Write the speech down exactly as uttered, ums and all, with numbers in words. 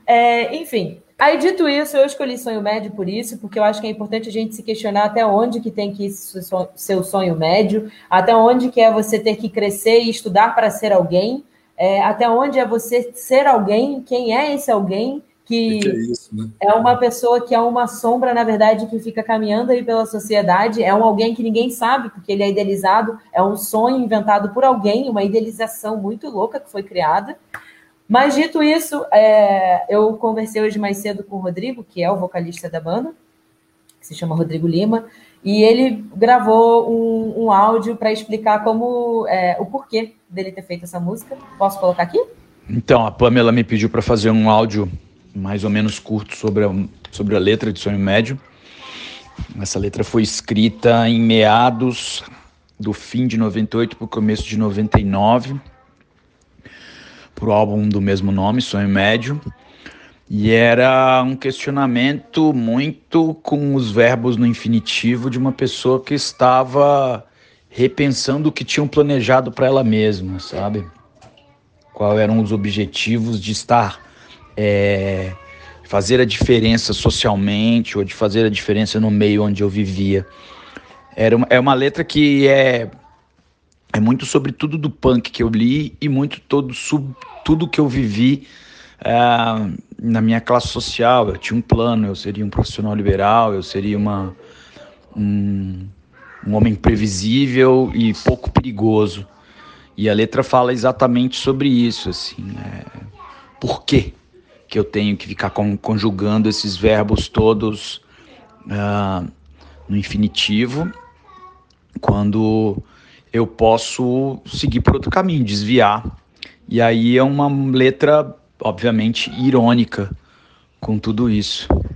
É, enfim, aí dito isso, eu escolhi sonho médio por isso, porque eu acho que é importante a gente se questionar até onde que tem que ir seu sonho médio, até onde que é você ter que crescer e estudar para ser alguém, é, até onde é você ser alguém, quem é esse alguém E que é que isso, né? é uma pessoa que é uma sombra, na verdade, que fica caminhando aí pela sociedade, é um alguém que ninguém sabe, porque ele é idealizado, é um sonho inventado por alguém, uma idealização muito louca que foi criada. Mas, dito isso, é, eu conversei hoje mais cedo com o Rodrigo, que é o vocalista da banda, que se chama Rodrigo Lima, e ele gravou um, um áudio para explicar como é, o porquê dele ter feito essa música. Posso colocar aqui? Então, a Pamela me pediu para fazer um áudio mais ou menos curto sobre a, sobre a letra de Sonho Médio. Essa letra foi escrita em meados do fim de noventa e oito para o começo de noventa e nove, para o álbum do mesmo nome, Sonho Médio. E era um questionamento muito com os verbos no infinitivo de uma pessoa que estava repensando o que tinham planejado para ela mesma, sabe? Quais eram os objetivos de estar, é, fazer a diferença socialmente ou de fazer a diferença no meio onde eu vivia. Era uma, é uma letra que é, é muito sobre tudo do punk que eu li e muito todo, sub, tudo que eu vivi é, na minha classe social. Eu tinha um plano, eu seria um profissional liberal, eu seria uma, um, um homem previsível e pouco perigoso. E a letra fala exatamente sobre isso, assim, é, por quê que eu tenho que ficar conjugando esses verbos todos uh, no infinitivo, quando eu posso seguir por outro caminho, desviar. E aí é uma letra, obviamente, irônica com tudo isso.